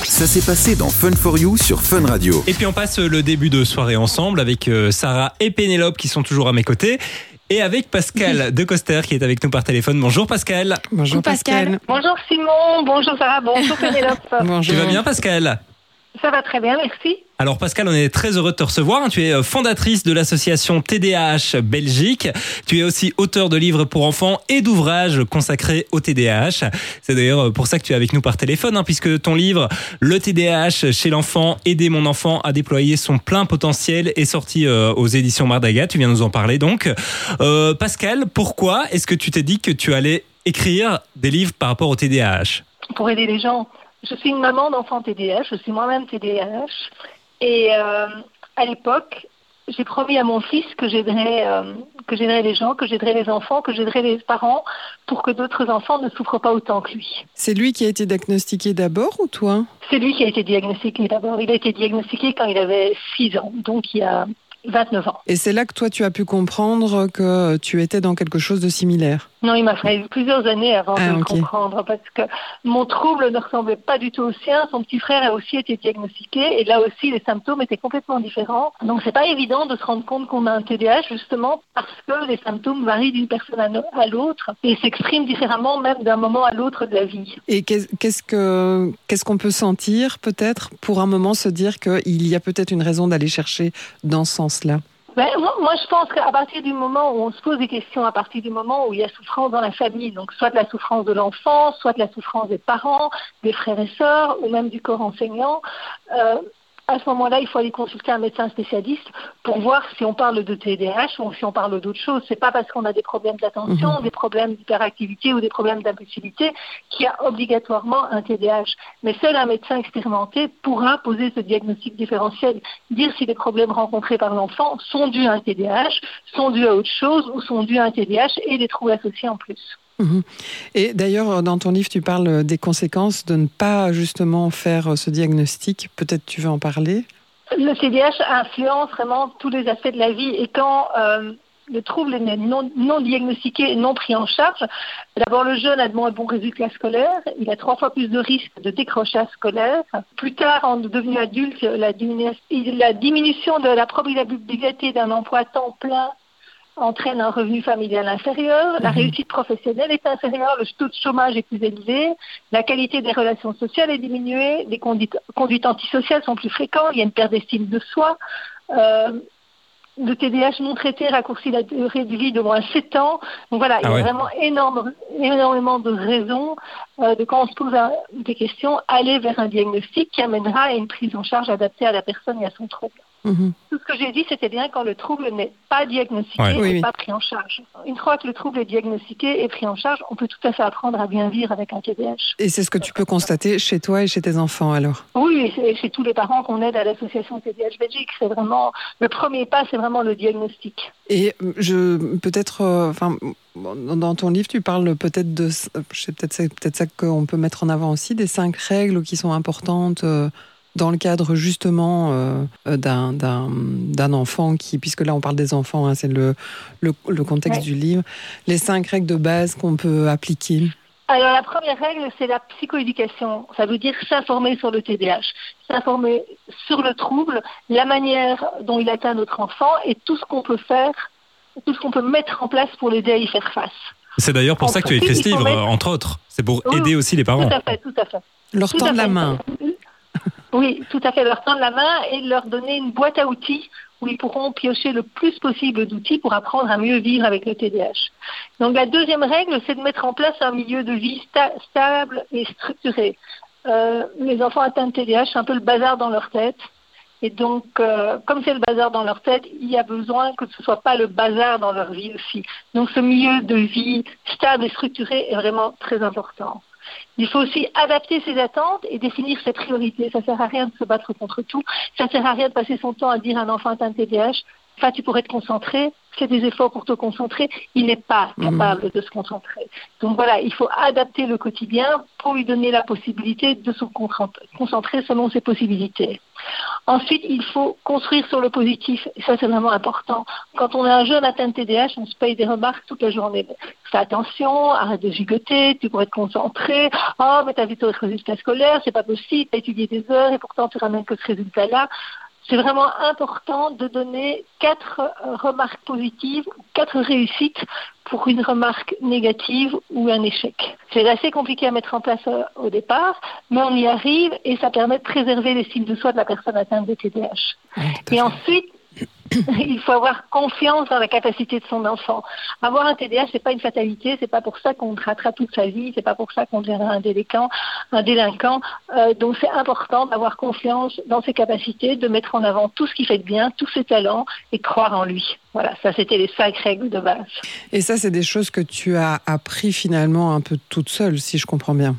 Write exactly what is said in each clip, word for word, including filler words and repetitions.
Ça s'est passé dans Fun for You sur Fun Radio. Et puis on passe le début de soirée ensemble avec Sarah et Pénélope qui sont toujours à mes côtés. Et avec Pascal de Coster qui est avec nous par téléphone. Bonjour Pascal. Bonjour Pascal. Bonjour Simon, bonjour Sarah, bonjour Pénélope. Bonjour. Tu vas bien Pascal ? Ça va très bien, merci. Alors Pascal, on est très heureux de te recevoir. Tu es fondatrice de l'association T D A H Belgique. Tu es aussi auteur de livres pour enfants et d'ouvrages consacrés au T D A H. C'est d'ailleurs pour ça que tu es avec nous par téléphone, hein, puisque ton livre « Le T D A H chez l'enfant, aider mon enfant à déployer son plein potentiel » est sorti euh, aux éditions Mardaga. Tu viens nous en parler donc. Euh, Pascal, pourquoi est-ce que tu t'es dit que tu allais écrire des livres par rapport au T D A H ? Pour aider les gens. Je suis une maman d'enfants T D A H, je suis moi-même T D A H. Et euh, à l'époque, j'ai promis à mon fils que j'aiderais, euh, que j'aiderais les gens, que j'aiderais les enfants, que j'aiderais les parents pour que d'autres enfants ne souffrent pas autant que lui. C'est lui qui a été diagnostiqué d'abord ou toi ? C'est lui qui a été diagnostiqué d'abord. Il a été diagnostiqué quand il avait six ans, donc il y a vingt-neuf ans. Et c'est là que toi tu as pu comprendre que tu étais dans quelque chose de similaire ? Non, il m'a fallu plusieurs années avant ah, de le okay. comprendre parce que mon trouble ne ressemblait pas du tout au sien. Son petit frère a aussi été diagnostiqué et là aussi les symptômes étaient complètement différents. Donc c'est pas évident de se rendre compte qu'on a un T D A H justement parce que les symptômes varient d'une personne à l'autre et s'expriment différemment même d'un moment à l'autre de la vie. Et qu'est-ce que qu'est-ce qu'on peut sentir peut-être pour un moment se dire qu'il y a peut-être une raison d'aller chercher dans ce sens-là ? Ben, moi, moi, je pense qu'à partir du moment où on se pose des questions, à partir du moment où il y a souffrance dans la famille, donc soit de la souffrance de l'enfant, soit de la souffrance des parents, des frères et sœurs, ou même du corps enseignant, euh, à ce moment-là, il faut aller consulter un médecin spécialiste pour voir si on parle de T D A H ou si on parle d'autre chose. C'est pas parce qu'on a des problèmes d'attention, mmh. des problèmes d'hyperactivité ou des problèmes d'impulsivité qu'il y a obligatoirement un T D A H. Mais seul un médecin expérimenté pourra poser ce diagnostic différentiel, dire si les problèmes rencontrés par l'enfant sont dus à un T D A H, sont dus à autre chose ou sont dus à un T D A H et des troubles associés en plus. Mmh. Et d'ailleurs, dans ton livre, tu parles des conséquences de ne pas justement faire ce diagnostic. Peut-être tu veux en parler ? Le T D A H influence vraiment tous les aspects de la vie. Et quand euh, le trouble est non, non diagnostiqué et non pris en charge, d'abord le jeune a de moins bons résultats scolaires, il a trois fois plus de risques de décrochage scolaire. Plus tard, en devenu adulte, la, diminu- la diminution de la probabilité d'un emploi à temps plein entraîne un revenu familial inférieur, la réussite professionnelle est inférieure, le taux de chômage est plus élevé, la qualité des relations sociales est diminuée, les conduites, conduites antisociales sont plus fréquentes, il y a une perte d'estime de soi. Euh, le T D A H non traité raccourcit la durée de vie de moins sept ans. Donc voilà, ah il y a ouais. vraiment énorme, énormément de raisons euh, de quand on se pose un, des questions, aller vers un diagnostic qui amènera à une prise en charge adaptée à la personne et à son trouble. Mmh. Tout ce que j'ai dit, c'était bien quand le trouble n'est pas diagnostiqué ouais. et oui, oui. pas pris en charge. Une fois que le trouble est diagnostiqué et pris en charge, on peut tout à fait apprendre à bien vivre avec un T D A H. Et c'est ce que tu peux constater chez toi et chez tes enfants alors ? Oui, et chez tous les parents qu'on aide à l'association T D A H Belgique. C'est vraiment le premier pas, c'est vraiment le diagnostic. Et je peut-être, enfin, euh, dans ton livre, tu parles peut-être de, je sais peut-être c'est peut-être ça qu'on peut mettre en avant aussi, des cinq règles qui sont importantes. Euh, dans le cadre justement euh, d'un, d'un, d'un enfant qui, puisque là on parle des enfants, hein, c'est le, le, le contexte ouais. du livre, les cinq règles de base qu'on peut appliquer. Alors la première règle, c'est la psychoéducation. Ça veut dire s'informer sur le T D A H, s'informer sur le trouble, la manière dont il atteint notre enfant et tout ce qu'on peut faire, tout ce qu'on peut mettre en place pour l'aider à y faire face. C'est d'ailleurs pour en ça que tu as écrit ce livre, mettre... entre autres. C'est pour oui, aider aussi les parents. Tout à fait, tout à fait. Leur tendre la main. Oui, tout à fait, leur tendre la main et leur donner une boîte à outils où ils pourront piocher le plus possible d'outils pour apprendre à mieux vivre avec le T D A H. Donc la deuxième règle, c'est de mettre en place un milieu de vie sta- stable et structuré. Euh, les enfants atteints de T D A H, c'est un peu le bazar dans leur tête. Et donc, euh, comme c'est le bazar dans leur tête, il y a besoin que ce ne soit pas le bazar dans leur vie aussi. Donc ce milieu de vie stable et structuré est vraiment très important. Il faut aussi adapter ses attentes et définir ses priorités. Ça ne sert à rien de se battre contre tout. Ça ne sert à rien de passer son temps à dire à un enfant atteint de T D A H, enfin, tu pourrais te concentrer, fais des efforts pour te concentrer. Il n'est pas capable mmh. de se concentrer. Donc voilà, il faut adapter le quotidien pour lui donner la possibilité de se concentrer selon ses possibilités. Ensuite, il faut construire sur le positif. Et ça, c'est vraiment important. Quand on est un jeune atteint de T D A H, on se paye des remarques toute la journée. Fais attention, arrête de gigoter, tu pourrais te concentrer. Oh, mais t'as vu ton résultat scolaire, c'est pas possible, t'as étudié des heures et pourtant tu ramènes que ce résultat-là. C'est vraiment important de donner quatre remarques positives, quatre réussites pour une remarque négative ou un échec. C'est assez compliqué à mettre en place au départ, mais on y arrive et ça permet de préserver l'estime de soi de la personne atteinte de T D A H. Oui, et ensuite, il faut avoir confiance dans la capacité de son enfant. Avoir un T D A H, c'est pas une fatalité, c'est pas pour ça qu'on ratera toute sa vie, c'est pas pour ça qu'on deviendra un délinquant, un délinquant. Euh, donc c'est important d'avoir confiance dans ses capacités, de mettre en avant tout ce qu'il fait de bien, tous ses talents et croire en lui. Voilà, ça c'était les cinq règles de base. Et ça, c'est des choses que tu as appris finalement un peu toute seule, si je comprends bien.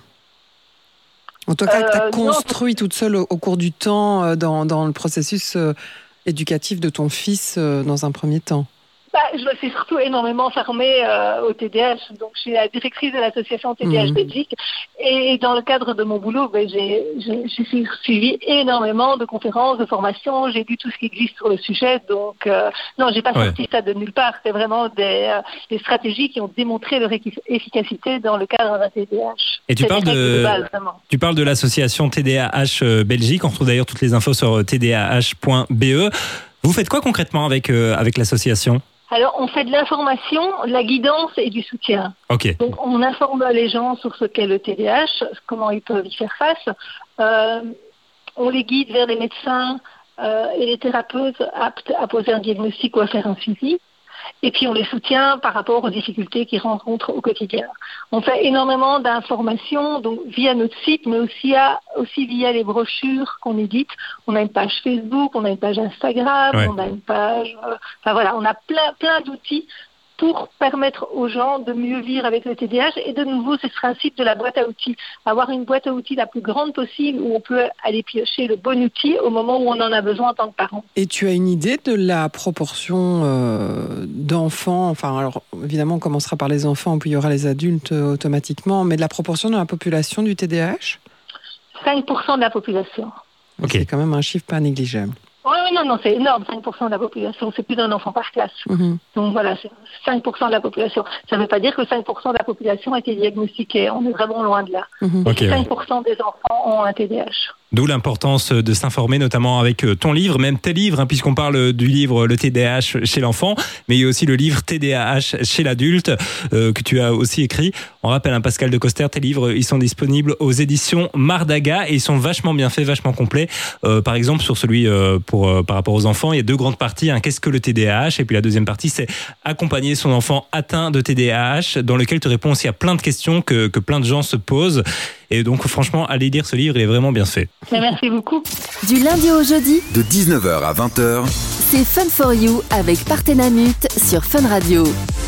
En tout cas, euh, tu as construit non, toute seule au, au cours du temps euh, dans, dans le processus euh, éducatif de ton fils euh, dans un premier temps. Bah, je me suis surtout énormément formée euh, au T D A H. Donc, je suis la directrice de l'association T D A H mmh. Belgique. Et dans le cadre de mon boulot, ben, j'ai, j'ai, j'ai suivi énormément de conférences, de formations. J'ai lu tout ce qui existe sur le sujet. Donc, euh, non, j'ai pas ouais. sorti ça de nulle part. C'est vraiment des, euh, des stratégies qui ont démontré leur efficacité dans le cadre d'un T D A H. Et tu parles de, de base, tu parles de l'association T D A H Belgique. On retrouve d'ailleurs toutes les infos sur t d a h point b e. Vous faites quoi concrètement avec, euh, avec l'association ? Alors, on fait de l'information, de la guidance et du soutien. Okay. Donc, on informe les gens sur ce qu'est le T D A H, comment ils peuvent y faire face. Euh, on les guide vers les médecins euh, et les thérapeutes aptes à poser un diagnostic ou à faire un suivi. Et puis, on les soutient par rapport aux difficultés qu'ils rencontrent au quotidien. On fait énormément d'informations donc via notre site, mais aussi, à, aussi via les brochures qu'on édite. On a une page Facebook, on a une page Instagram, ouais. on a une page... Euh, enfin voilà, on a plein, plein d'outils pour permettre aux gens de mieux vivre avec le T D A H. Et de nouveau, c'est ce principe de la boîte à outils. Avoir une boîte à outils la plus grande possible où on peut aller piocher le bon outil au moment où on en a besoin en tant que parent. Et tu as une idée de la proportion euh, d'enfants, enfin alors évidemment on commencera par les enfants puis il y aura les adultes euh, automatiquement, mais de la proportion de la population du T D A H ? cinq pour cent de la population. Okay. C'est quand même un chiffre pas négligeable. Oui, oui, non, non, c'est énorme, cinq pour cent de la population, c'est plus d'un enfant par classe. Mmh. Donc voilà, c'est cinq pour cent de la population. Ça ne veut pas dire que cinq pour cent de la population a été diagnostiquée, on est vraiment loin de là. Mmh. Okay, cinq pour cent ouais. des enfants ont un T D A H. D'où l'importance de s'informer, notamment avec ton livre, même tes livres, hein, puisqu'on parle du livre Le T D A H chez l'enfant, mais il y a aussi le livre T D A H chez l'adulte, euh, que tu as aussi écrit. On rappelle, hein, Pascal Decoster, tes livres, ils sont disponibles aux éditions Mardaga et ils sont vachement bien faits, vachement complets. Euh, par exemple, sur celui euh, pour euh, par rapport aux enfants, il y a deux grandes parties. Hein, qu'est-ce que le T D A H ? Et puis la deuxième partie, c'est accompagner son enfant atteint de T D A H, dans lequel tu réponds aussi à plein de questions que, que plein de gens se posent. Et donc, franchement, allez lire ce livre, il est vraiment bien fait. Merci beaucoup. Du lundi au jeudi, de dix-neuf heures à vingt heures, c'est Fun for You avec Partenamut sur Fun Radio.